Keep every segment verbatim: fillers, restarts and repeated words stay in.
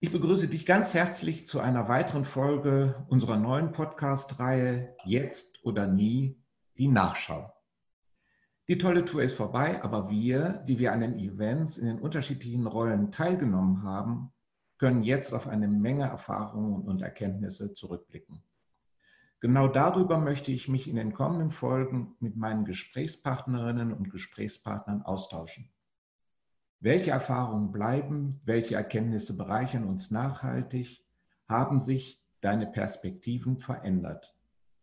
Ich begrüße dich ganz herzlich zu einer weiteren Folge unserer neuen Podcast-Reihe Jetzt oder nie, die Nachschau. Die tolle Tour ist vorbei, aber wir, die wir an den Events in den unterschiedlichen Rollen teilgenommen haben, können jetzt auf eine Menge Erfahrungen und Erkenntnisse zurückblicken. Genau darüber möchte ich mich in den kommenden Folgen mit meinen Gesprächspartnerinnen und Gesprächspartnern austauschen. Welche Erfahrungen bleiben, welche Erkenntnisse bereichern uns nachhaltig, haben sich deine Perspektiven verändert?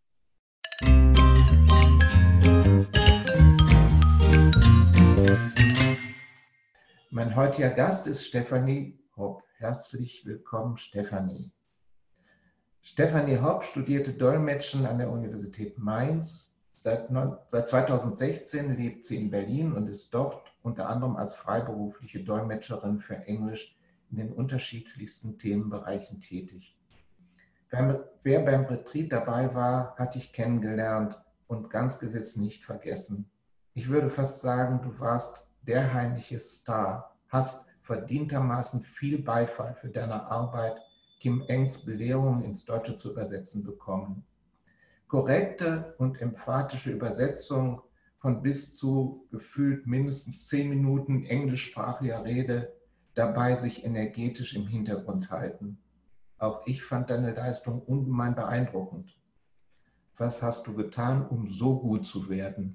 Mein heutiger Gast ist Stefanie Hopp. Herzlich willkommen, Stefanie. Stefanie Hopp studierte Dolmetschen an der Universität Mainz. Seit, seit zweitausendsechzehn lebt sie in Berlin und ist dort unter anderem als freiberufliche Dolmetscherin für Englisch in den unterschiedlichsten Themenbereichen tätig. Wer, wer beim Retreat dabei war, hat dich kennengelernt und ganz gewiss nicht vergessen. Ich würde fast sagen, du warst der heimliche Star, hast verdientermaßen viel Beifall für deine Arbeit, Kim Engs Belehrungen ins Deutsche zu übersetzen bekommen. Korrekte und emphatische Übersetzung von bis zu gefühlt mindestens zehn Minuten englischsprachiger Rede, dabei sich energetisch im Hintergrund halten. Auch ich fand deine Leistung ungemein beeindruckend. Was hast du getan, um so gut zu werden?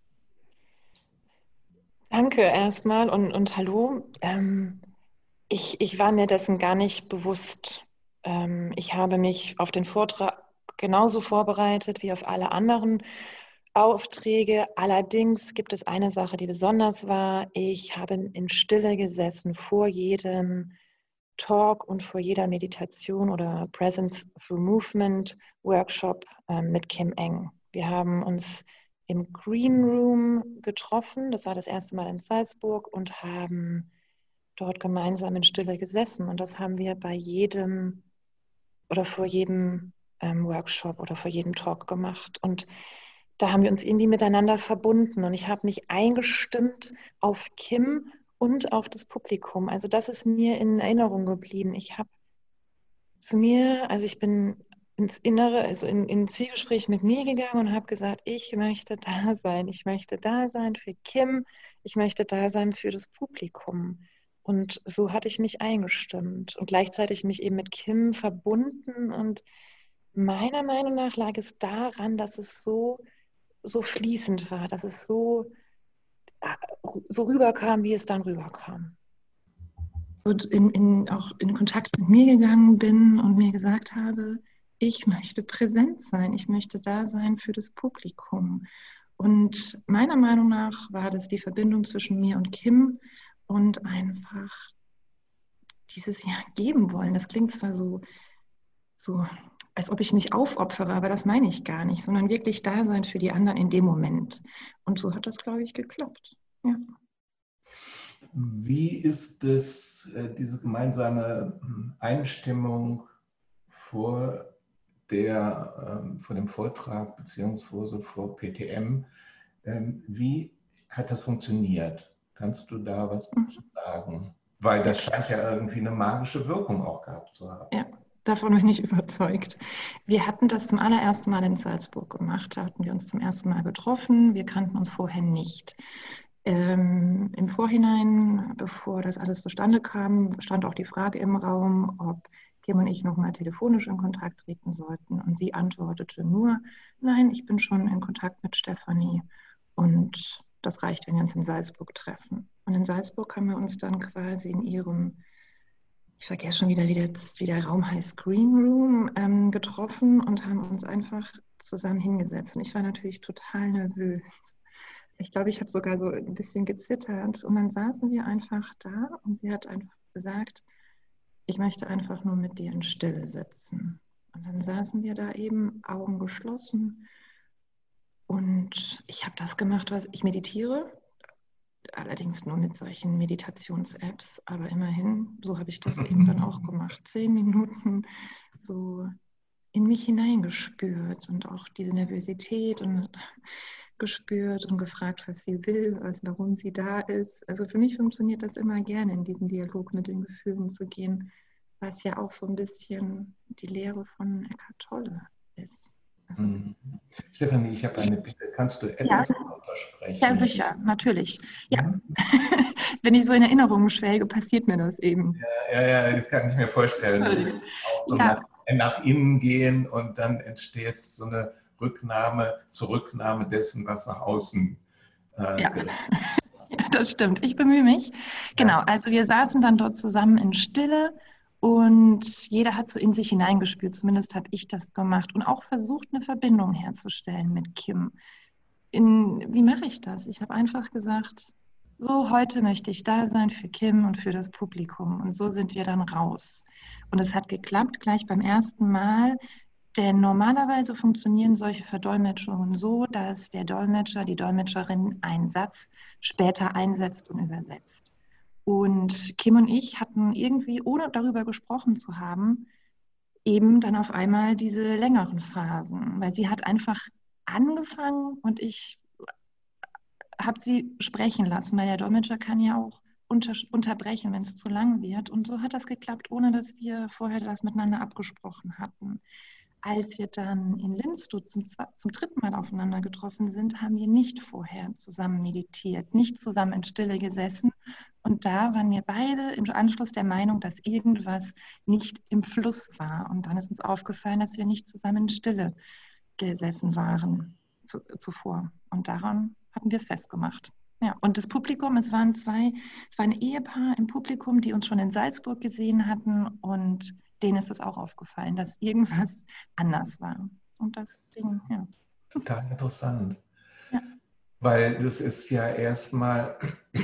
Danke erstmal und, und hallo. Ähm, ich, ich war mir dessen gar nicht bewusst. Ähm, ich habe mich auf den Vortrag genauso vorbereitet wie auf alle anderen Aufträge. Allerdings gibt es eine Sache, die besonders war. Ich habe in Stille gesessen vor jedem Talk und vor jeder Meditation oder Presence Through Movement Workshop ähm, mit Kim Eng. Wir haben uns im Green Room getroffen, das war das erste Mal in Salzburg, und haben dort gemeinsam in Stille gesessen. Und das haben wir bei jedem oder vor jedem ähm, Workshop oder vor jedem Talk gemacht. Und da haben wir uns irgendwie miteinander verbunden. Und ich habe mich eingestimmt auf Kim und auf das Publikum. Also das ist mir in Erinnerung geblieben. Ich habe zu mir, also ich bin ins Innere, also in, in ein Zielgespräch mit mir gegangen und habe gesagt, ich möchte da sein. Ich möchte da sein für Kim. Ich möchte da sein für das Publikum. Und so hatte ich mich eingestimmt und gleichzeitig mich eben mit Kim verbunden. Und meiner Meinung nach lag es daran, dass es so, so fließend war, dass es so, so rüberkam, wie es dann rüberkam. Und in, in, auch in Kontakt mit mir gegangen bin und mir gesagt habe, ich möchte präsent sein, ich möchte da sein für das Publikum. Und meiner Meinung nach war das die Verbindung zwischen mir und Kim und einfach dieses ja geben wollen. Das klingt zwar so, so, als ob ich mich aufopfere, aber das meine ich gar nicht, sondern wirklich da sein für die anderen in dem Moment. Und so hat das, glaube ich, geklappt. Ja. Wie ist es, diese gemeinsame Einstimmung vor, der, vor dem Vortrag beziehungsweise vor P T M? Wie hat das funktioniert? Kannst du da was zu sagen? Weil das scheint ja irgendwie eine magische Wirkung auch gehabt zu haben. Ja, davon bin ich überzeugt. Wir hatten das zum allerersten Mal in Salzburg gemacht. Da hatten wir uns zum ersten Mal getroffen. Wir kannten uns vorher nicht. Ähm, im Vorhinein, bevor das alles zustande kam, stand auch die Frage im Raum, ob Kim und ich nochmal telefonisch in Kontakt treten sollten. Und sie antwortete nur, nein, ich bin schon in Kontakt mit Stefanie und das reicht, wenn wir uns in Salzburg treffen. Und in Salzburg haben wir uns dann quasi in ihrem, ich vergesse schon wieder, wie der, wie der Raum heißt, Green Room, ähm, getroffen und haben uns einfach zusammen hingesetzt. Und ich war natürlich total nervös. Ich glaube, ich habe sogar so ein bisschen gezittert. Und dann saßen wir einfach da und sie hat einfach gesagt, ich möchte einfach nur mit dir in Stille sitzen. Und dann saßen wir da eben, Augen geschlossen. Und ich habe das gemacht, was ich meditiere. Allerdings nur mit solchen Meditations-Apps, aber immerhin, so habe ich das eben dann auch gemacht. Zehn Minuten so in mich hineingespürt und auch diese Nervosität und gespürt und gefragt, was sie will, was, warum sie da ist. Also für mich funktioniert das immer gerne, in diesen Dialog mit den Gefühlen zu gehen. was ja auch so ein bisschen die Lehre von Eckhart Tolle ist. Also, Mhm. Stefanie, ich habe eine Bitte. Kannst du ja, etwas lauter ja, sprechen? sicher, natürlich. Ja, Mhm. wenn ich so in Erinnerungen schwelge, passiert mir das eben. Ja, ja, das kann ich mir vorstellen. Das ist auch so nach, Ja, nach innen gehen und dann entsteht so eine Rücknahme, Zurücknahme dessen, was nach außen äh, ja, gerichtet ja, das stimmt. Ich bemühe mich. ist. Genau, Ja. also wir saßen dann dort zusammen in Stille und jeder hat so in sich hineingespürt. Zumindest habe ich das gemacht und auch versucht, eine Verbindung herzustellen mit Kim. In, wie mache ich das? Ich habe einfach gesagt, so heute möchte ich da sein für Kim und für das Publikum. Und so sind wir dann raus. Und es hat geklappt gleich beim ersten Mal, denn normalerweise funktionieren solche Verdolmetschungen so, dass der Dolmetscher, die Dolmetscherin einen Satz später einsetzt und übersetzt. Und Kim und ich hatten irgendwie, ohne darüber gesprochen zu haben, eben dann auf einmal diese längeren Phasen, weil sie hat einfach angefangen und ich habe sie sprechen lassen, weil der Dolmetscher kann ja auch unter, unterbrechen, wenn es zu lang wird. Und so hat das geklappt, ohne dass wir vorher das miteinander abgesprochen hatten. Als wir dann in Linstow zum, zum dritten Mal aufeinander getroffen sind, haben wir nicht vorher zusammen meditiert, nicht zusammen in Stille gesessen. Und da waren wir beide im Anschluss der Meinung, dass irgendwas nicht im Fluss war. Und dann ist uns aufgefallen, dass wir nicht zusammen in Stille gesessen waren zu, zuvor. Und daran hatten wir es festgemacht. Ja, und das Publikum, es waren zwei, es war ein Ehepaar im Publikum, die uns schon in Salzburg gesehen hatten und denen ist es auch aufgefallen, dass irgendwas anders war. Und das Ding, ja. Total interessant. Ja, Weil das ist ja erstmal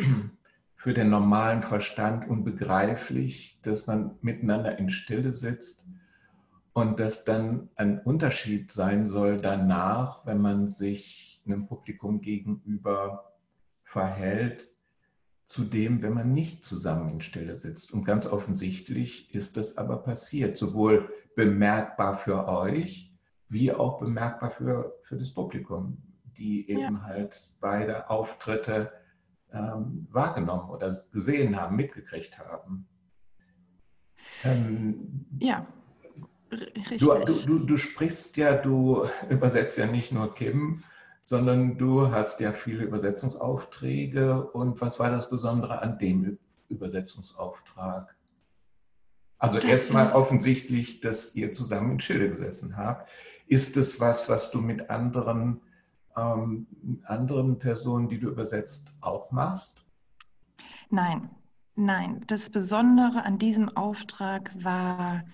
für den normalen Verstand unbegreiflich, dass man miteinander in Stille sitzt und dass dann ein Unterschied sein soll danach, wenn man sich einem Publikum gegenüber verhält, zu dem, wenn man nicht zusammen in Stille sitzt. Und ganz offensichtlich ist das aber passiert, sowohl bemerkbar für euch, wie auch bemerkbar für, für das Publikum, die ja, eben halt beide Auftritte ähm, wahrgenommen oder gesehen haben, mitgekriegt haben. Ähm, ja, du, du, richtig. du, du sprichst ja, du übersetzt ja nicht nur Kim, sondern du hast ja viele Übersetzungsaufträge. Und was war das Besondere an dem Übersetzungsauftrag? Also Das erstmal ist, offensichtlich, dass ihr zusammen in Chile gesessen habt. Ist es was, was du mit anderen, ähm, anderen Personen, die du übersetzt, auch machst? nein, nein. Das Besondere an diesem Auftrag war,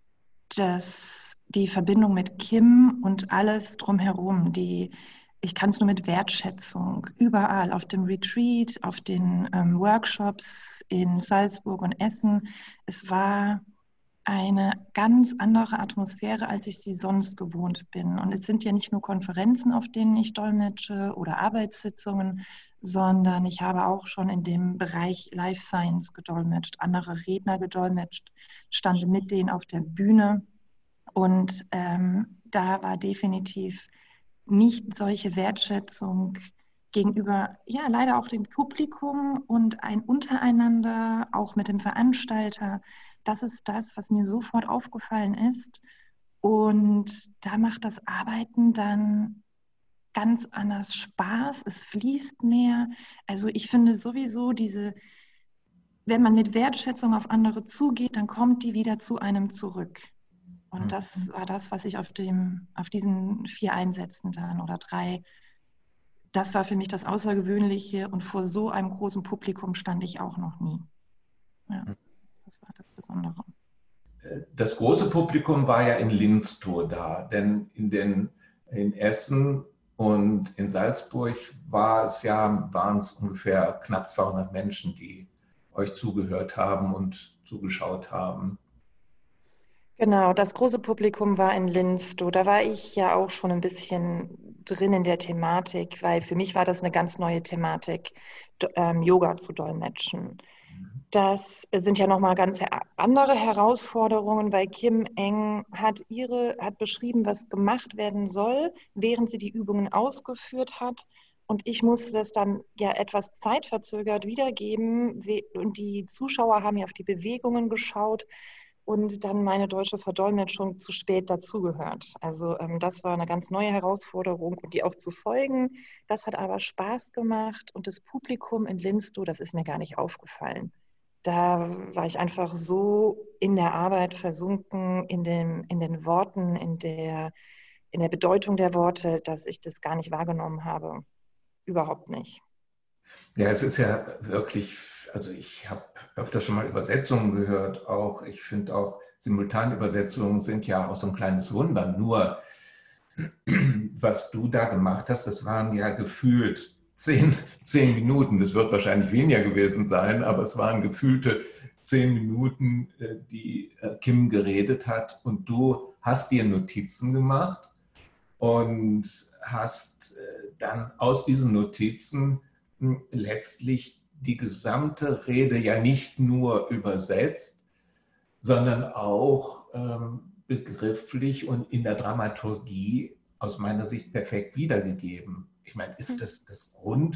dass die Verbindung mit Kim und alles drumherum, die, ich kann es nur mit Wertschätzung, überall auf dem Retreat, auf den ähm, Workshops in Salzburg und Essen, es war eine ganz andere Atmosphäre, als ich sie sonst gewohnt bin. Und es sind ja nicht nur Konferenzen, auf denen ich dolmetsche oder Arbeitssitzungen, sondern ich habe auch schon in dem Bereich Life Science gedolmetscht, andere Redner gedolmetscht, stand mit denen auf der Bühne. Und ähm, da war definitiv nicht solche Wertschätzung gegenüber, ja, leider auch dem Publikum und ein Untereinander, auch mit dem Veranstalter. Das ist das, was mir sofort aufgefallen ist. Und da macht das Arbeiten dann ganz anders Spaß. Es fließt mehr. Also ich finde sowieso diese, wenn man mit Wertschätzung auf andere zugeht, dann kommt die wieder zu einem zurück. Und das war das, was ich auf, dem, auf diesen vier Einsätzen dann oder drei, das war für mich das Außergewöhnliche und vor so einem großen Publikum stand ich auch noch nie. Ja, das war das Besondere. Das große Publikum war ja in Linstow da, denn in, den, in Essen und in Salzburg war es ja, waren es ungefähr knapp zweihundert Menschen, die euch zugehört haben und zugeschaut haben. Genau, das große Publikum war in Linstow. Da war ich ja auch schon ein bisschen drin in der Thematik, weil für mich war das eine ganz neue Thematik, do- ähm, Yoga zu dolmetschen. Das sind ja nochmal ganz her- andere Herausforderungen, weil Kim Eng hat ihre, hat beschrieben, was gemacht werden soll, während sie die Übungen ausgeführt hat. Und ich musste das dann ja etwas zeitverzögert wiedergeben. We- Und die Zuschauer haben ja auf die Bewegungen geschaut. und dann meine deutsche Verdolmetschung zu spät dazugehört. Also ähm, das war eine ganz neue Herausforderung und die auch zu folgen. Das hat aber Spaß gemacht und das Publikum in Linstow, das ist mir gar nicht aufgefallen. Da war ich einfach so in der Arbeit versunken, in den, in den Worten, in der, in der Bedeutung der Worte, dass ich das gar nicht wahrgenommen habe. Überhaupt nicht. Ja, es ist ja wirklich, also ich habe öfter schon mal Übersetzungen gehört, auch ich finde auch Simultanübersetzungen sind ja auch so ein kleines Wunder. Nur was du da gemacht hast, das waren ja gefühlt zehn, zehn Minuten. Das wird wahrscheinlich weniger gewesen sein, aber es waren gefühlte zehn Minuten, äh, die äh, Kim geredet hat und du hast dir Notizen gemacht und hast äh, dann aus diesen Notizen mh, letztlich die gesamte Rede ja nicht nur übersetzt, sondern auch ähm, begrifflich und in der Dramaturgie aus meiner Sicht perfekt wiedergegeben. Ich meine, ist das das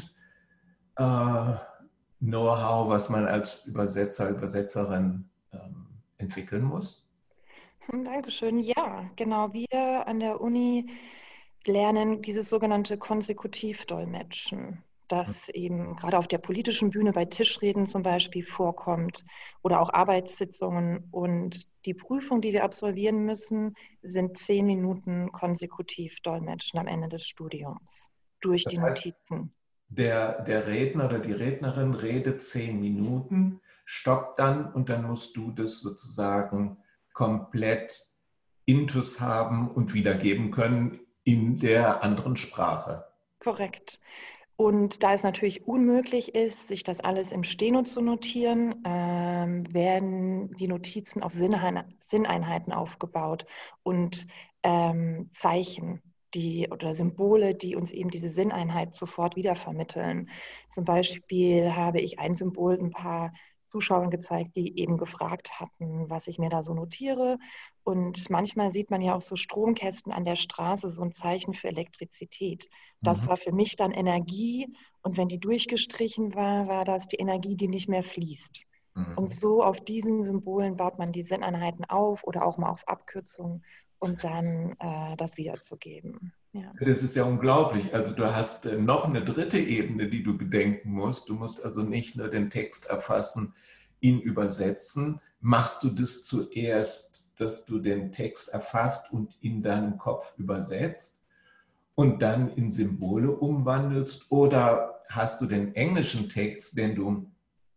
Grund-Know-how, äh, was man als Übersetzer, Übersetzerin ähm, entwickeln muss? Dankeschön. Ja, genau. Wir an der Uni lernen dieses sogenannte Konsekutivdolmetschen, das eben gerade auf der politischen Bühne bei Tischreden zum Beispiel vorkommt oder auch Arbeitssitzungen. Und die Prüfung, die wir absolvieren müssen, sind zehn Minuten Konsekutivdolmetschen am Ende des Studiums durch die Das heißt, Notizen. der, der Redner oder die Rednerin redet zehn Minuten, stoppt dann und dann musst du das sozusagen komplett intus haben und wiedergeben können in der anderen Sprache. Korrekt. Und da es natürlich unmöglich ist, sich das alles im Steno zu notieren, ähm, werden die Notizen auf Sinneinheiten aufgebaut und ähm, Zeichen die, oder Symbole, die uns eben diese Sinneinheit sofort wiedervermitteln. Zum Beispiel habe ich ein Symbol ein paar Zuschauern gezeigt, die eben gefragt hatten, was ich mir da so notiere. Und manchmal sieht man ja auch so Stromkästen an der Straße, so ein Zeichen für Elektrizität. Das Mhm. war für mich dann Energie. Und wenn die durchgestrichen war, war das die Energie, die nicht mehr fließt. Und Mhm. so auf diesen Symbolen baut man die Sinneinheiten auf oder auch mal auf Abkürzungen und dann äh, das wiederzugeben. Ja. Das ist ja unglaublich. Also du hast äh, noch eine dritte Ebene, die du bedenken musst. Du musst also nicht nur den Text erfassen, ihn übersetzen. Machst du das zuerst, dass du den Text erfasst und in deinem Kopf übersetzt und dann in Symbole umwandelst? Oder hast du den englischen Text, den du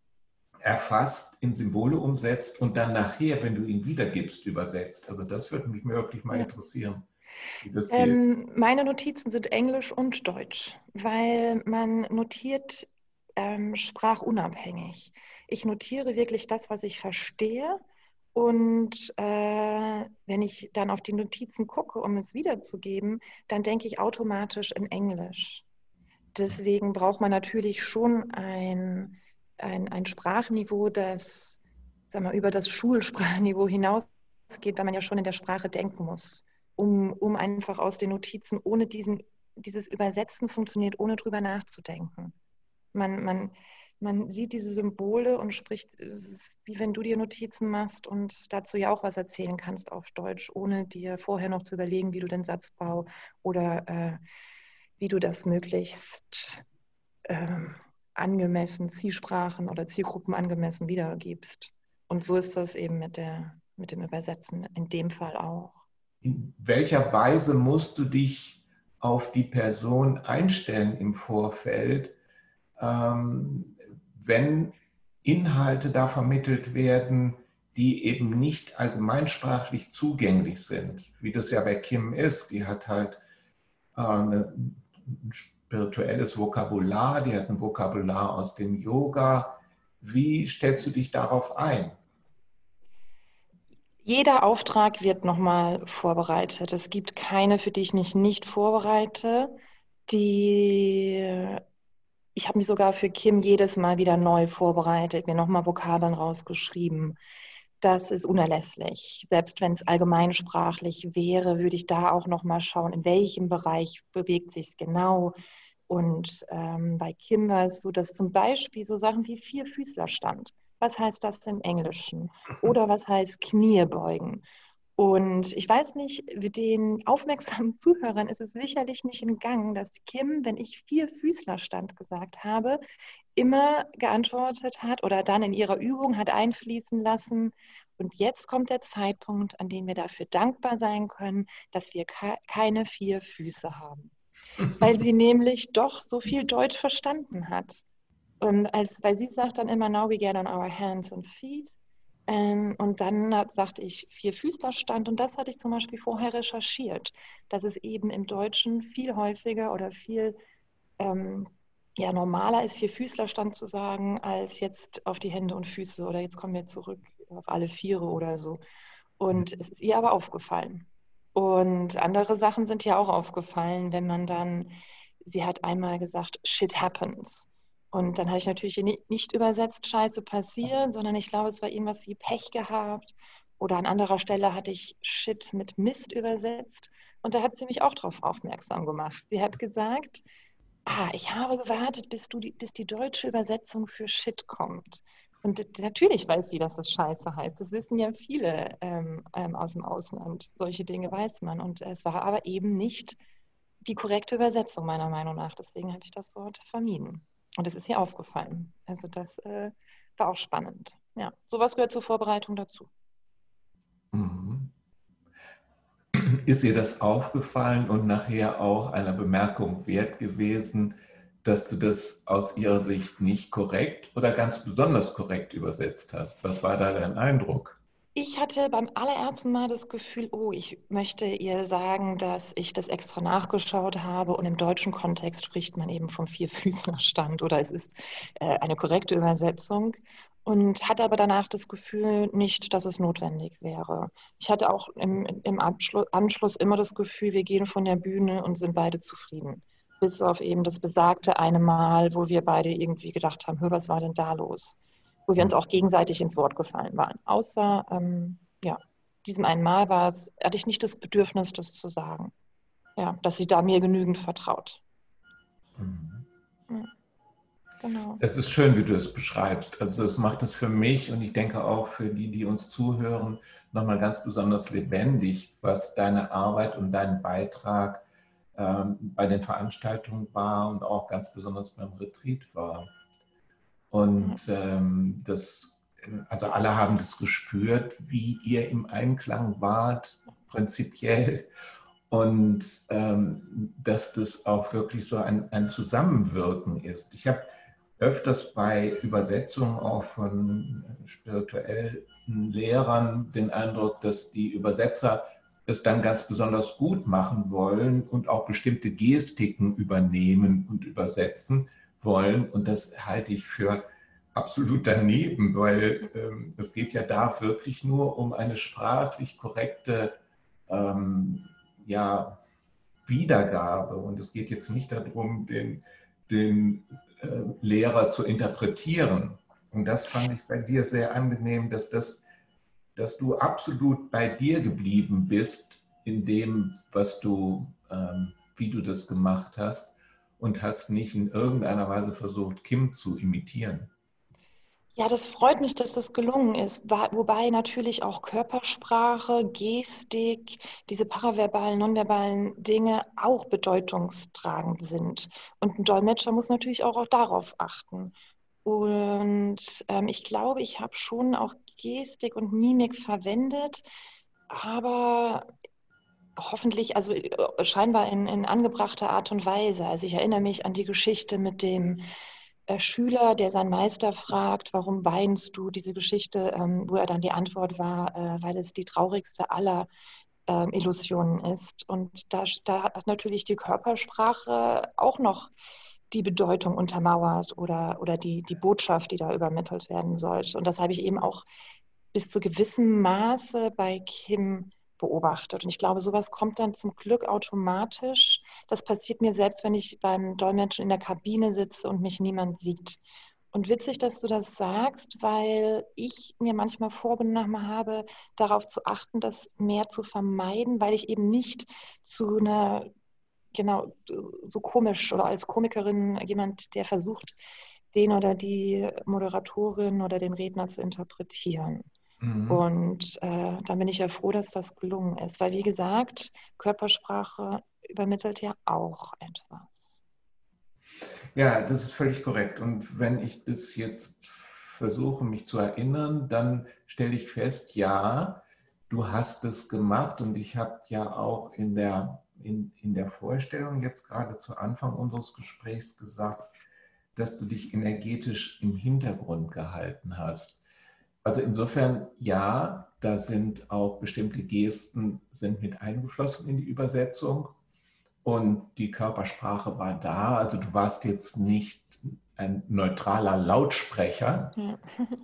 erfasst, in Symbole umsetzt und dann nachher, wenn du ihn wiedergibst, übersetzt? Also das würde mich wirklich mal Ja. interessieren, wie das geht. Ähm, meine Notizen sind Englisch und Deutsch, weil man notiert ähm, sprachunabhängig. Ich notiere wirklich das, was ich verstehe. Und äh, wenn ich dann auf die Notizen gucke, um es wiederzugeben, dann denke ich automatisch in Englisch. Deswegen braucht man natürlich schon ein, ein, ein Sprachniveau, das, sag mal, über das Schulsprachniveau hinausgeht, weil man ja schon in der Sprache denken muss, um, um einfach aus den Notizen ohne diesen, dieses Übersetzen funktioniert, ohne drüber nachzudenken. Man, man, man sieht diese Symbole und spricht, es ist wie wenn du dir Notizen machst und dazu ja auch was erzählen kannst auf Deutsch, ohne dir vorher noch zu überlegen, wie du den Satzbau oder äh, wie du das möglichst ähm, angemessen, Zielsprachen oder Zielgruppen angemessen wiedergibst. Und so ist das eben mit, der, mit dem Übersetzen in dem Fall auch. In welcher Weise musst du dich auf die Person einstellen im Vorfeld, ähm, wenn Inhalte da vermittelt werden, die eben nicht allgemeinsprachlich zugänglich sind, wie das ja bei Kim ist. Die hat halt äh, eine, ein spirituelles Vokabular, die hat ein Vokabular aus dem Yoga. Wie stellst du dich darauf ein? Jeder Auftrag wird nochmal vorbereitet. Es gibt keine, für die ich mich nicht vorbereite. Die, ich habe mich sogar für Kim jedes Mal wieder neu vorbereitet, mir nochmal Vokabeln rausgeschrieben. Das ist unerlässlich. Selbst wenn es allgemeinsprachlich wäre, würde ich da auch nochmal schauen, in welchem Bereich bewegt sich es genau. Und ähm, bei Kim war es so, dass zum Beispiel so Sachen wie Vierfüßlerstand, Was heißt das im Englischen? Oder was heißt Knie beugen? Und ich weiß nicht, den aufmerksamen Zuhörern ist es sicherlich nicht entgangen, dass Kim, wenn ich Vierfüßlerstand gesagt habe, immer geantwortet hat oder dann in ihrer Übung hat einfließen lassen. Und jetzt kommt der Zeitpunkt, an dem wir dafür dankbar sein können, dass wir keine vier Füße haben. Weil sie nämlich doch so viel Deutsch verstanden hat. Und als, weil sie sagt dann immer, now we get on our hands and feet. Ähm, und dann hat, sagte ich Vierfüßlerstand und das hatte ich zum Beispiel vorher recherchiert, dass es eben im Deutschen viel häufiger oder viel ähm, ja, normaler ist, Vierfüßlerstand zu sagen, als jetzt auf die Hände und Füße oder jetzt kommen wir zurück auf alle Viere oder so. Und es ist ihr aber aufgefallen. Und andere Sachen sind ja auch aufgefallen, wenn man dann, sie hat einmal gesagt, shit happens. Und dann habe ich natürlich nicht übersetzt, Scheiße passiert, sondern ich glaube, es war irgendwas wie Pech gehabt. Oder an anderer Stelle hatte ich Shit mit Mist übersetzt. Und da hat sie mich auch darauf aufmerksam gemacht. Sie hat gesagt, ah, ich habe gewartet, bis, du die, bis die deutsche Übersetzung für Shit kommt. Und natürlich weiß sie, dass es Scheiße heißt. Das wissen ja viele ähm, ähm, aus dem Ausland. Solche Dinge weiß man. Und es war aber eben nicht die korrekte Übersetzung meiner Meinung nach. Deswegen habe ich das Wort vermieden. Und es ist ihr aufgefallen. Also das äh, war auch spannend. Ja, sowas gehört zur Vorbereitung dazu. Mhm. Ist ihr das aufgefallen und nachher auch einer Bemerkung wert gewesen, dass du das aus ihrer Sicht nicht korrekt oder ganz besonders korrekt übersetzt hast? Was war da dein Eindruck? Ich hatte beim allerersten Mal das Gefühl, oh, ich möchte ihr sagen, dass ich das extra nachgeschaut habe und im deutschen Kontext spricht man eben vom Vierfüßlerstand oder es ist äh, eine korrekte Übersetzung und hatte aber danach das Gefühl nicht, dass es notwendig wäre. Ich hatte auch im, im Abschluss, Anschluss immer das Gefühl, wir gehen von der Bühne und sind beide zufrieden. Bis auf eben das besagte eine Mal, wo wir beide irgendwie gedacht haben, hör, was war denn da los? Wo wir uns auch gegenseitig ins Wort gefallen waren. Außer ähm, ja, diesem einen Mal war es, hatte ich nicht das Bedürfnis, das zu sagen. Ja, dass sie da mir genügend vertraut. Mhm. Ja, genau. Es ist schön, wie du es beschreibst. Also es macht es für mich und ich denke auch für die, die uns zuhören, nochmal ganz besonders lebendig, was deine Arbeit und dein Beitrag ähm, bei den Veranstaltungen war und auch ganz besonders beim Retreat war. Und ähm, das, also alle haben das gespürt, wie ihr im Einklang wart, prinzipiell. Und ähm, dass das auch wirklich so ein, ein Zusammenwirken ist. Ich habe öfters bei Übersetzungen auch von spirituellen Lehrern den Eindruck, dass die Übersetzer es dann ganz besonders gut machen wollen und auch bestimmte Gestiken übernehmen und übersetzen wollen. Und das halte ich für absolut daneben, weil ähm, es geht ja da wirklich nur um eine sprachlich korrekte ähm, ja, Wiedergabe. Und es geht jetzt nicht darum, den, den äh, Lehrer zu interpretieren. Und das fand ich bei dir sehr angenehm, dass, das, dass du absolut bei dir geblieben bist in dem, was du, ähm, wie du das gemacht hast und hast nicht in irgendeiner Weise versucht, Kim zu imitieren. Ja, das freut mich, dass das gelungen ist. Wobei natürlich auch Körpersprache, Gestik, diese paraverbalen, nonverbalen Dinge auch bedeutungstragend sind. Und ein Dolmetscher muss natürlich auch, auch darauf achten. Und ähm, ich glaube, ich habe schon auch Gestik und Mimik verwendet, aber hoffentlich, also äh, scheinbar in, in angebrachter Art und Weise. Also ich erinnere mich an die Geschichte mit dem äh, Schüler, der seinen Meister fragt, warum weinst du? Diese Geschichte, ähm, wo er dann die Antwort war, äh, weil es die traurigste aller ähm, Illusionen ist. Und da, da hat natürlich die Körpersprache auch noch die Bedeutung untermauert oder, oder die, die Botschaft, die da übermittelt werden sollte. Und das habe ich eben auch bis zu gewissem Maße bei Kim beobachtet. Und ich glaube, sowas kommt dann zum Glück automatisch. Das passiert mir selbst, wenn ich beim Dolmetschen in der Kabine sitze und mich niemand sieht. Und witzig, dass du das sagst, weil ich mir manchmal vorgenommen habe, darauf zu achten, das mehr zu vermeiden, weil ich eben nicht zu einer, genau, so komisch oder als Komikerin jemand, der versucht, den oder die Moderatorin oder den Redner zu interpretieren. Mhm. Und äh, da bin ich ja froh, dass das gelungen ist, weil wie gesagt, Körpersprache übermittelt ja auch etwas. Ja, das ist völlig korrekt. Und wenn ich das jetzt versuche, mich zu erinnern, dann stelle ich fest, ja, du hast es gemacht und ich habe ja auch in der, in, in der Vorstellung jetzt gerade zu Anfang unseres Gesprächs gesagt, dass du dich energetisch im Hintergrund gehalten hast. Also insofern, ja, da sind auch bestimmte Gesten sind mit eingeflossen in die Übersetzung. Und die Körpersprache war da, also du warst jetzt nicht ein neutraler Lautsprecher, Ja.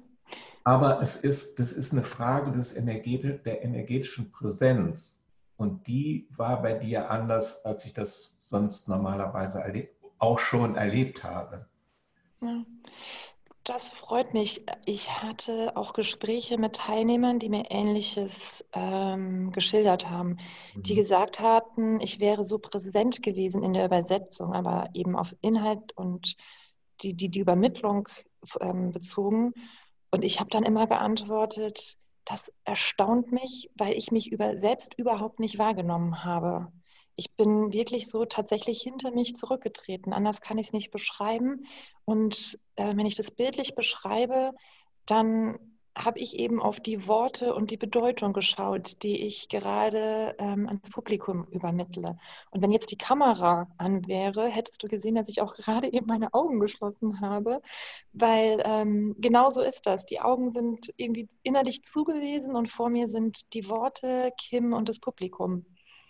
aber es ist, das ist eine Frage des Energeti- der energetischen Präsenz. Und die war bei dir anders, als ich das sonst normalerweise erlebt, auch schon erlebt habe. Ja. Das freut mich. Ich hatte auch Gespräche mit Teilnehmern, die mir Ähnliches ähm, geschildert haben, die Mhm. gesagt hatten, ich wäre so präsent gewesen in der Übersetzung, aber eben auf Inhalt und die, die, die Übermittlung ähm, bezogen. Und ich habe dann immer geantwortet, das erstaunt mich, weil ich mich über, selbst überhaupt nicht wahrgenommen habe. Ich bin wirklich so tatsächlich hinter mich zurückgetreten. Anders kann ich es nicht beschreiben. Und äh, wenn ich das bildlich beschreibe, dann habe ich eben auf die Worte und die Bedeutung geschaut, die ich gerade ähm, ans Publikum übermittle. Und wenn jetzt die Kamera an wäre, hättest du gesehen, dass ich auch gerade eben meine Augen geschlossen habe, weil ähm, genau so ist das. Die Augen sind irgendwie innerlich zugewesen und vor mir sind die Worte, Kim und das Publikum.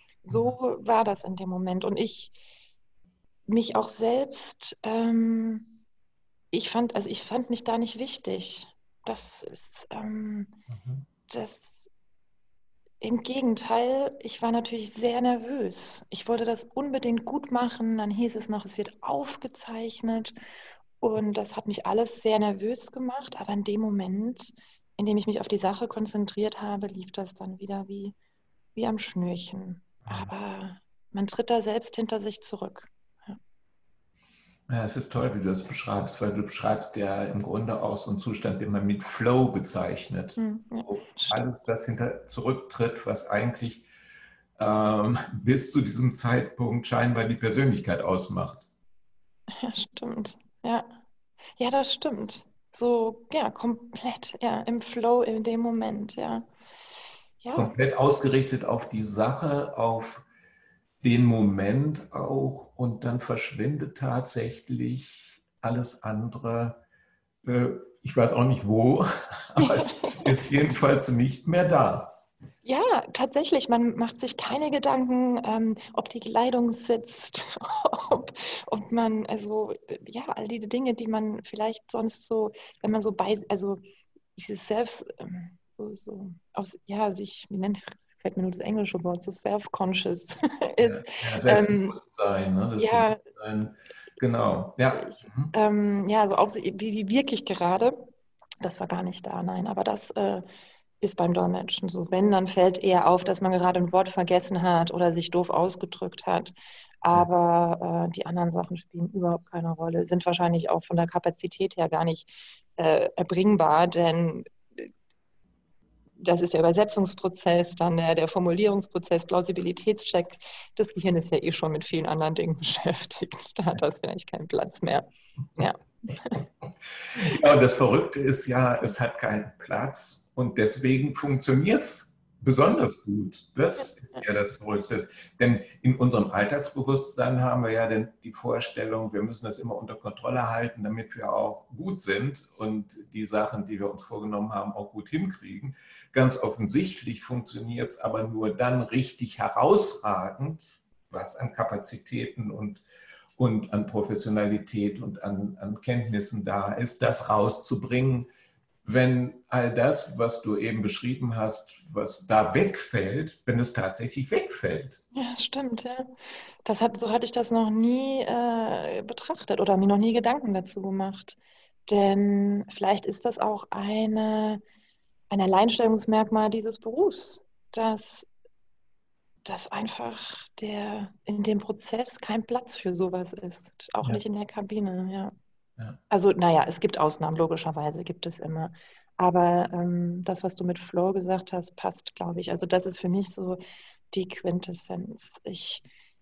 So war das in dem Moment. Und ich mich auch selbst, ähm, ich fand, also ich fand mich da nicht wichtig. Das ist, ähm, Mhm. das im Gegenteil, ich war natürlich sehr nervös. Ich wollte das unbedingt gut machen. Dann hieß es noch, es wird aufgezeichnet. Und das hat mich alles sehr nervös gemacht. Aber in dem Moment, in dem ich mich auf die Sache konzentriert habe, lief das dann wieder wie, wie am Schnürchen. Aber man tritt da selbst hinter sich zurück. Ja. Ja, es ist toll, wie du das beschreibst, weil du beschreibst ja im Grunde auch so einen Zustand, den man mit Flow bezeichnet, Hm, ja, wo stimmt. alles das hinter zurücktritt, was eigentlich ähm, bis zu diesem Zeitpunkt scheinbar die Persönlichkeit ausmacht. Ja, stimmt. Ja. Ja, das stimmt. So, ja, komplett, ja, im Flow in dem Moment, ja. Ja, Komplett ausgerichtet auf die Sache, auf den Moment auch und dann verschwindet tatsächlich alles andere. Äh, ich weiß auch nicht wo, aber es ist jedenfalls nicht mehr da. ja, tatsächlich, man macht sich keine Gedanken, ähm, ob die Kleidung sitzt, ob, ob man, also, äh, ja, all diese Dinge, die man vielleicht sonst so, wenn man so bei, also dieses Selbst, ähm, so, so aus, ja, sich, wie nennt, fällt mir nur das englische Wort, so self-conscious Ja, ist, ja, ähm, Selbstbewusstsein, ne? Das ja, Bewusstsein, genau. Ja. ich, Mhm. ähm, ja, so auch, wie, wie wirke ich gerade? Das war gar nicht da, nein. Aber das äh, ist beim Dolmetschen so. Wenn, dann fällt eher auf, dass man gerade ein Wort vergessen hat oder sich doof ausgedrückt hat. Ja. Aber äh, die anderen Sachen spielen überhaupt keine Rolle, sind wahrscheinlich auch von der Kapazität her gar nicht äh, erbringbar, denn das ist der Übersetzungsprozess, dann der, der Formulierungsprozess, Plausibilitätscheck. Das Gehirn ist ja eh schon mit vielen anderen Dingen beschäftigt. Da hat das vielleicht keinen Platz mehr. Ja. Ja, und das Verrückte ist ja, es hat keinen Platz und deswegen funktioniert es besonders gut. Ja, Das ist ja das Verrückte. Denn in unserem Alltagsbewusstsein haben wir ja den, die Vorstellung, wir müssen das immer unter Kontrolle halten, damit wir auch gut sind und die Sachen, die wir uns vorgenommen haben, auch gut hinkriegen. Ganz offensichtlich funktioniert es aber nur dann richtig herausragend, was an Kapazitäten und und an Professionalität und an, an Kenntnissen da ist, das rauszubringen, wenn all das, was du eben beschrieben hast, was da wegfällt, wenn es tatsächlich wegfällt. ja, stimmt, ja. Das hat, so hatte ich das noch nie äh, betrachtet oder mir noch nie Gedanken dazu gemacht. Denn vielleicht ist das auch eine, ein Alleinstellungsmerkmal dieses Berufs, dass, dass einfach der, in dem Prozess kein Platz für sowas ist. Auch Ja. nicht in der Kabine, ja. Ja. Also, naja, es gibt Ausnahmen, logischerweise gibt es immer. Aber ähm, das, was du mit Flow gesagt hast, passt, glaube ich. Also das ist für mich so die Quintessenz. Ich,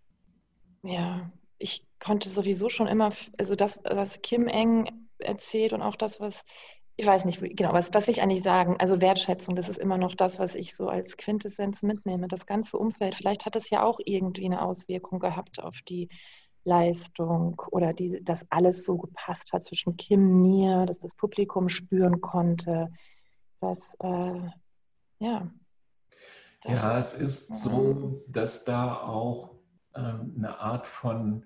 ja, ich konnte sowieso schon immer, f- also das, was Kim Eng erzählt und auch das, was, ich weiß nicht, wie- genau, was, was will ich eigentlich sagen? Also Wertschätzung, das ist immer noch das, was ich so als Quintessenz mitnehme. Das ganze Umfeld, vielleicht hat es ja auch irgendwie eine Auswirkung gehabt auf die Leistung oder die, dass alles so gepasst hat zwischen Kim, mir, dass das Publikum spüren konnte, dass, äh, ja, das Ja, ist, es ist ähm, so, dass da auch ähm, eine Art von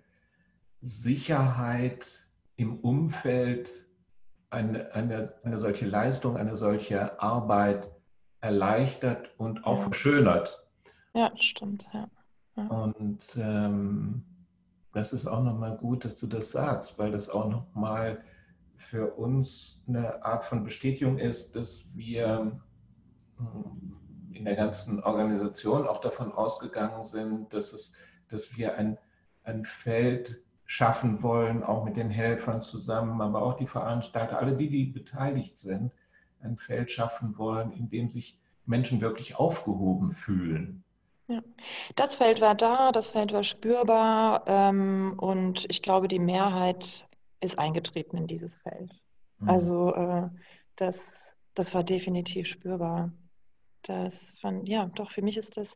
Sicherheit im Umfeld eine, eine, eine solche Leistung, eine solche Arbeit erleichtert und auch ja, verschönert. ja, stimmt, ja. Ja, Und ähm, das ist auch nochmal gut, dass du das sagst, weil das auch nochmal für uns eine Art von Bestätigung ist, dass wir ähm, in der ganzen Organisation auch davon ausgegangen sind, dass, es, dass wir ein, ein Feld schaffen wollen, auch mit den Helfern zusammen, aber auch die Veranstalter, alle die, die beteiligt sind, ein Feld schaffen wollen, in dem sich Menschen wirklich aufgehoben fühlen. ja. Das Feld war da, das Feld war spürbar, ähm, und ich glaube, die Mehrheit ist eingetreten in dieses Feld. Mhm. Also äh, das, das war definitiv spürbar. Das fand, ja, doch, für mich ist das,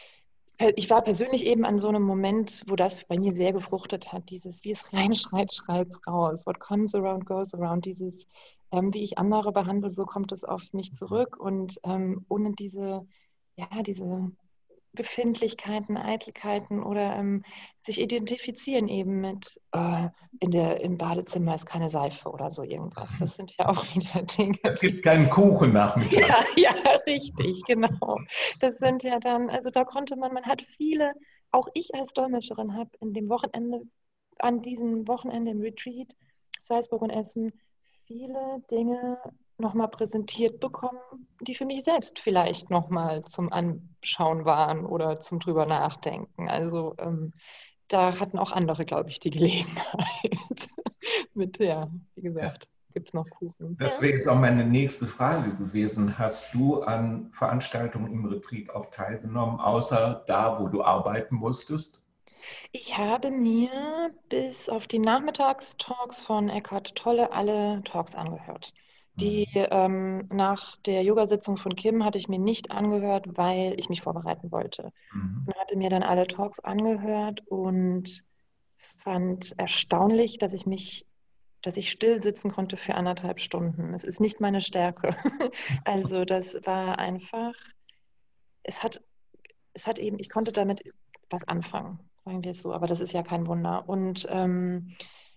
ich war persönlich eben an so einem Moment, wo das bei mir sehr gefruchtet hat, dieses, wie es reinschreit, schreit's raus. What comes around, goes around. Dieses, ähm, wie ich andere behandle, so kommt es auf mich zurück. Und ähm, ohne diese, ja, diese Befindlichkeiten, Eitelkeiten oder ähm, sich identifizieren eben mit, äh, in der, im Badezimmer ist keine Seife oder so irgendwas. Das sind ja auch wieder Dinge, Es die. gibt keinen Kuchen Ja, nachmittags. ja, richtig, genau. Das sind ja dann, also da konnte man, man hat viele, auch ich als Dolmetscherin habe in dem Wochenende, an diesem Wochenende im Retreat, Salzburg und Essen, viele Dinge nochmal präsentiert bekommen, die für mich selbst vielleicht nochmal zum Anschauen waren oder zum drüber nachdenken. Also ähm, da hatten auch andere, glaube ich, die Gelegenheit. Mit, ja, wie Ja. gesagt, gibt es noch Kuchen. Das Ja. wäre jetzt auch meine nächste Frage gewesen. Hast du an Veranstaltungen im Retreat auch teilgenommen, außer da, wo du arbeiten musstest? Ich habe mir bis auf die Nachmittagstalks von Eckhart Tolle alle Talks angehört. Die Mhm. ähm, nach der Yogasitzung von Kim hatte ich mir nicht angehört, weil ich mich vorbereiten wollte. Mhm. Und hatte mir dann alle Talks angehört und fand erstaunlich, dass ich mich, dass ich still sitzen konnte für anderthalb Stunden. Es ist nicht meine Stärke. Also das war einfach, es hat es hat eben, ich konnte damit was anfangen, sagen wir es so, aber das ist ja kein Wunder. Und ähm,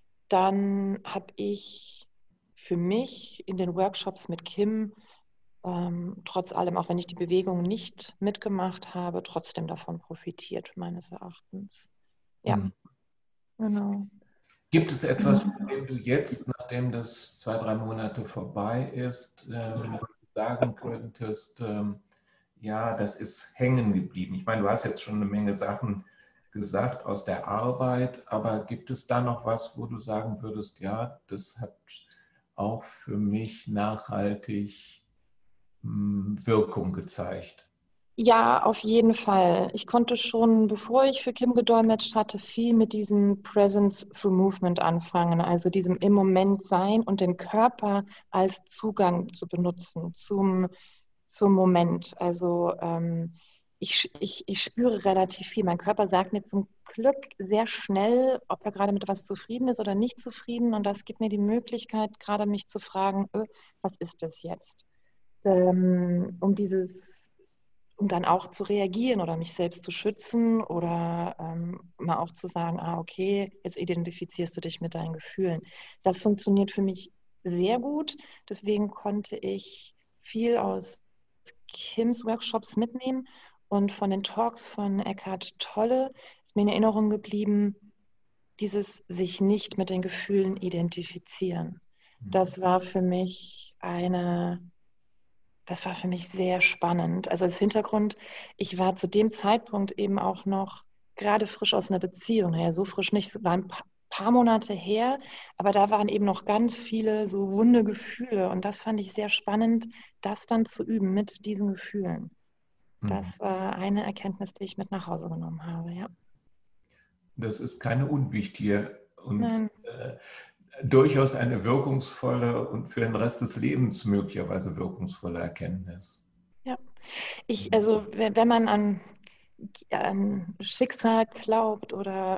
dann habe ich für mich in den Workshops mit Kim, ähm, trotz allem, auch wenn ich die Bewegung nicht mitgemacht habe, trotzdem davon profitiert, meines Erachtens. Ja, Mhm. genau. Gibt es etwas, von dem du jetzt, nachdem das zwei, drei Monate vorbei ist, ähm, sagen könntest, ähm, ja, das ist hängen geblieben? Ich meine, du hast jetzt schon eine Menge Sachen gesagt aus der Arbeit, aber gibt es da noch was, wo du sagen würdest, ja, das hat auch für mich nachhaltig mh, Wirkung gezeigt? Ja, auf jeden Fall. Ich konnte schon, bevor ich für Kim gedolmetscht hatte, viel mit diesem Presence through Movement anfangen, also diesem im Moment sein und den Körper als Zugang zu benutzen zum, zum Moment. Also ähm, ich, ich, ich spüre relativ viel. Mein Körper sagt mir zum Glück sehr schnell, ob er gerade mit etwas zufrieden ist oder nicht zufrieden. Und das gibt mir die Möglichkeit, gerade mich zu fragen, äh, was ist das jetzt? Ähm, um dieses um dann auch zu reagieren oder mich selbst zu schützen oder ähm, mal auch zu sagen, ah, okay, jetzt identifizierst du dich mit deinen Gefühlen. Das funktioniert für mich sehr gut. Deswegen konnte ich viel aus Kims Workshops mitnehmen und von den Talks von Eckhart Tolle ist mir in Erinnerung geblieben, dieses sich nicht mit den Gefühlen identifizieren. Das war für mich eine das war für mich sehr spannend. Also als Hintergrund, ich war zu dem Zeitpunkt eben auch noch gerade frisch aus einer Beziehung. Naja, so frisch nicht, es war ein pa paar Monate her, aber da waren eben noch ganz viele so wunde Gefühle und das fand ich sehr spannend, das dann zu üben mit diesen Gefühlen. Mhm. Das war eine Erkenntnis, die ich mit nach Hause genommen habe, ja. Das ist keine unwichtige und Nein. äh, durchaus eine wirkungsvolle und für den Rest des Lebens möglicherweise wirkungsvolle Erkenntnis. Ja, ich, also wenn, wenn man an, an Schicksal glaubt oder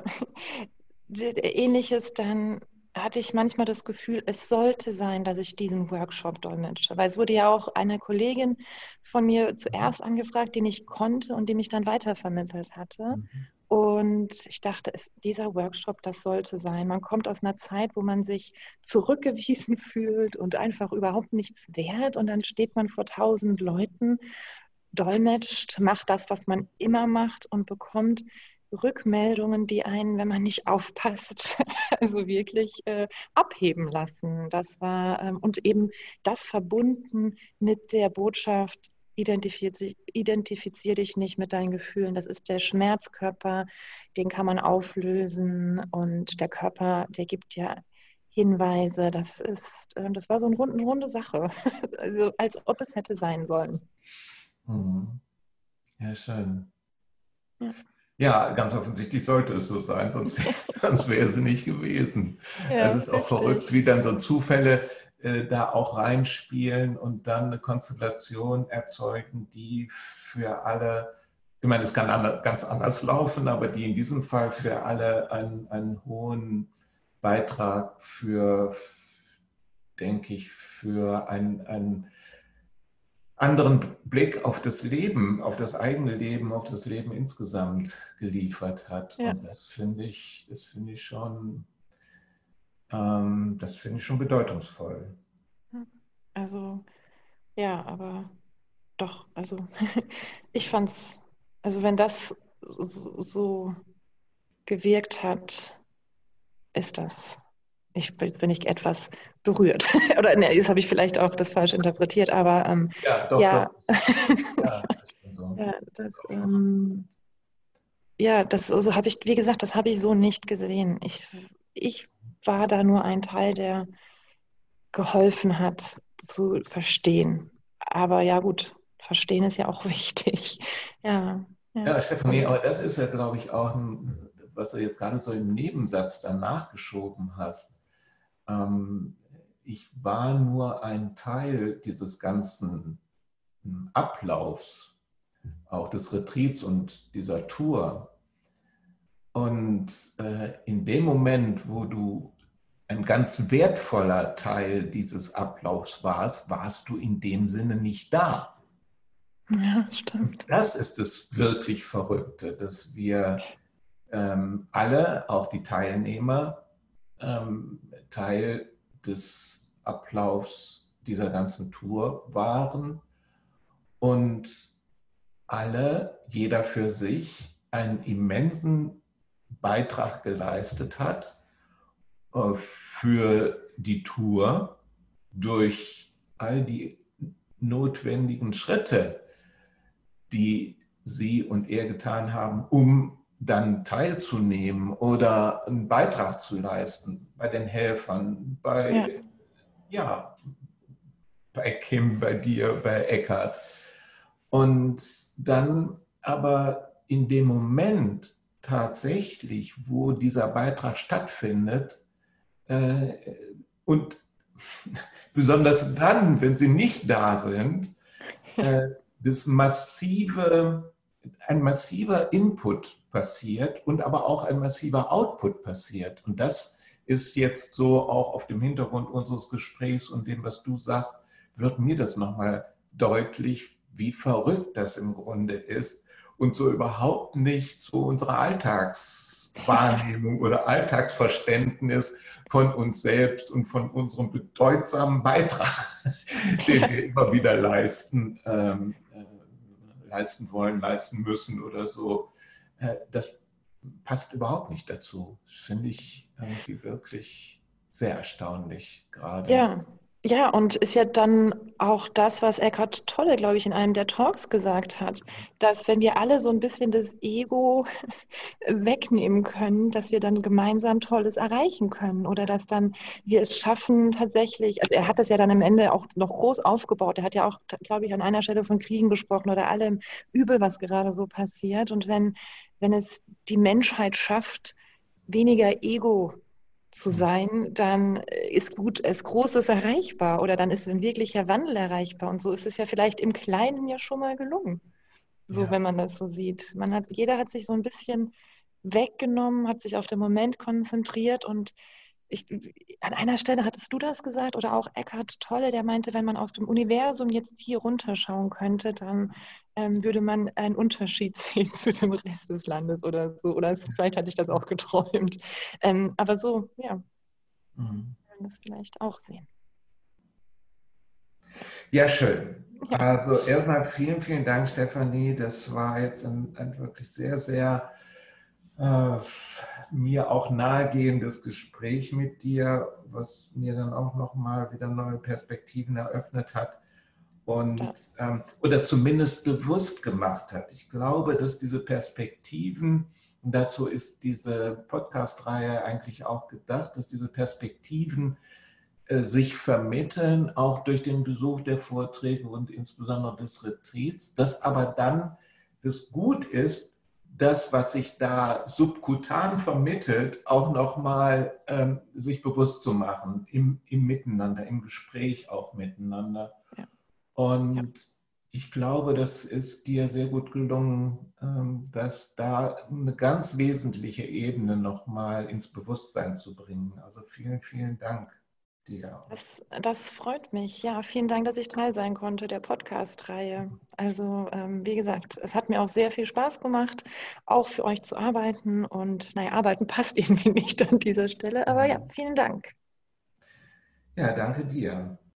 Ähnliches, dann hatte ich manchmal das Gefühl, es sollte sein, dass ich diesen Workshop dolmetsche. Weil es wurde ja auch eine Kollegin von mir zuerst angefragt, die nicht konnte und die mich dann weitervermittelt hatte. Mhm. Und ich dachte, es, dieser Workshop, das sollte sein. Man kommt aus einer Zeit, wo man sich zurückgewiesen fühlt und einfach überhaupt nichts wert. Und dann steht man vor tausend Leuten, dolmetscht, macht das, was man immer macht und bekommt Rückmeldungen, die einen, wenn man nicht aufpasst, also wirklich äh, abheben lassen. Das war ähm, und eben das verbunden mit der Botschaft, identifizier, identifizier dich nicht mit deinen Gefühlen. Das ist der Schmerzkörper, den kann man auflösen und der Körper, der gibt ja Hinweise. Das ist, äh, das war so eine runde, runde Sache, also als ob es hätte sein sollen. Mhm. Ja, schön. Ja, Ja, ganz offensichtlich sollte es so sein, sonst, sonst wäre sie nicht gewesen. Es ja, ist auch verrückt, richtig. wie dann so Zufälle äh, da auch reinspielen und dann eine Konstellation erzeugen, die für alle, ich meine, es kann anders, ganz anders laufen, aber die in diesem Fall für alle einen, einen hohen Beitrag für, denke ich, für ein, ein anderen Blick auf das Leben, auf das eigene Leben, auf das Leben insgesamt geliefert hat. Ja, Und das finde ich, das finde ich schon, ähm, das finde ich schon bedeutungsvoll. also ja, aber doch, also ich fand's, also wenn das so, so gewirkt hat, ist das, ich, jetzt bin ich etwas berührt. Oder ne, jetzt habe ich vielleicht auch das falsch interpretiert, aber ähm, Ja, doch, ja, doch. Ja, das ist schon so. ja, das, ähm, ja, das so habe ich, wie gesagt, das habe ich so nicht gesehen. Ich, ich war da nur ein Teil, der geholfen hat zu verstehen. Aber ja gut, verstehen ist ja auch wichtig. Ja, ja. Ja, Stefanie, Und aber das ist ja, glaube ich, auch, ein, was du jetzt gerade so im Nebensatz dann nachgeschoben hast. Ähm, ich war nur ein Teil dieses ganzen hm, Ablaufs, auch des Retreats und dieser Tour. Und äh, in dem Moment, wo du ein ganz wertvoller Teil dieses Ablaufs warst, warst du in dem Sinne nicht da. ja, Und stimmt. das ist das wirklich Verrückte, dass wir ähm, alle, auch die Teilnehmer, ähm, Teil des Ablaufs dieser ganzen Tour waren und alle, jeder für sich, einen immensen Beitrag geleistet hat äh, für die Tour durch all die notwendigen Schritte, die sie und er getan haben, um dann teilzunehmen oder einen Beitrag zu leisten bei den Helfern, Ja, bei, ja, bei Kim, bei dir, bei Eckhard. Und dann aber in dem Moment tatsächlich, wo dieser Beitrag stattfindet, äh, und besonders dann, wenn sie nicht da sind, äh, das massive, ein massiver Input passiert und aber auch ein massiver Output passiert. Und das ist jetzt so auch auf dem Hintergrund unseres Gesprächs und dem, was du sagst, wird mir das nochmal deutlich, wie verrückt das im Grunde ist und so überhaupt nicht zu unserer Alltagswahrnehmung oder Alltagsverständnis von uns selbst und von unserem bedeutsamen Beitrag, den wir immer wieder leisten, ähm, äh, leisten wollen, leisten müssen oder so. Äh, das passt überhaupt nicht dazu. Das finde ich irgendwie wirklich sehr erstaunlich gerade. ja. Ja, und ist ja dann auch das, was Eckhart Tolle, glaube ich, in einem der Talks gesagt hat, dass wenn wir alle so ein bisschen das Ego wegnehmen können, dass wir dann gemeinsam Tolles erreichen können oder dass dann wir es schaffen tatsächlich, also er hat das ja dann am Ende auch noch groß aufgebaut, er hat ja auch, glaube ich, an einer Stelle von Kriegen gesprochen oder allem Übel, was gerade so passiert und wenn, wenn es die Menschheit schafft, weniger Ego zu sein, dann ist gut, ist Großes erreichbar oder dann ist ein wirklicher Wandel erreichbar. Und so ist es ja vielleicht im Kleinen ja schon mal gelungen. So, Ja. wenn man das so sieht. Man hat, jeder hat sich so ein bisschen weggenommen, hat sich auf den Moment konzentriert und ich, an einer Stelle hattest du das gesagt oder auch Eckhart Tolle, der meinte, wenn man auf dem Universum jetzt hier runterschauen könnte, dann ähm, würde man einen Unterschied sehen zu dem Rest des Landes oder so. Oder es, vielleicht hatte ich das auch geträumt. Ähm, aber so, ja, Mhm. kann das vielleicht auch sehen. Ja, schön. Ja, Also erstmal vielen, vielen Dank, Stefanie. Das war jetzt ein, ein wirklich sehr, sehr äh, mir auch nahegehendes Gespräch mit dir, was mir dann auch nochmal wieder neue Perspektiven eröffnet hat und das, ähm, oder zumindest bewusst gemacht hat. Ich glaube, dass diese Perspektiven, und dazu ist diese Podcast-Reihe eigentlich auch gedacht, dass diese Perspektiven äh, sich vermitteln, auch durch den Besuch der Vorträge und insbesondere des Retreats, dass aber dann das gut ist, das, was sich da subkutan vermittelt, auch nochmal ähm, sich bewusst zu machen, im, im Miteinander, im Gespräch auch miteinander. ja, ja. Und ich glaube, das ist dir sehr gut gelungen, ähm, dass da eine ganz wesentliche Ebene nochmal ins Bewusstsein zu bringen. Also vielen, vielen Dank dir. Das, das freut mich. Ja, vielen Dank, dass ich Teil sein konnte der Podcast-Reihe. Also, ähm, wie gesagt, es hat mir auch sehr viel Spaß gemacht, auch für euch zu arbeiten. Und naja, arbeiten passt irgendwie nicht an dieser Stelle. Aber ja, vielen Dank. Ja, danke dir.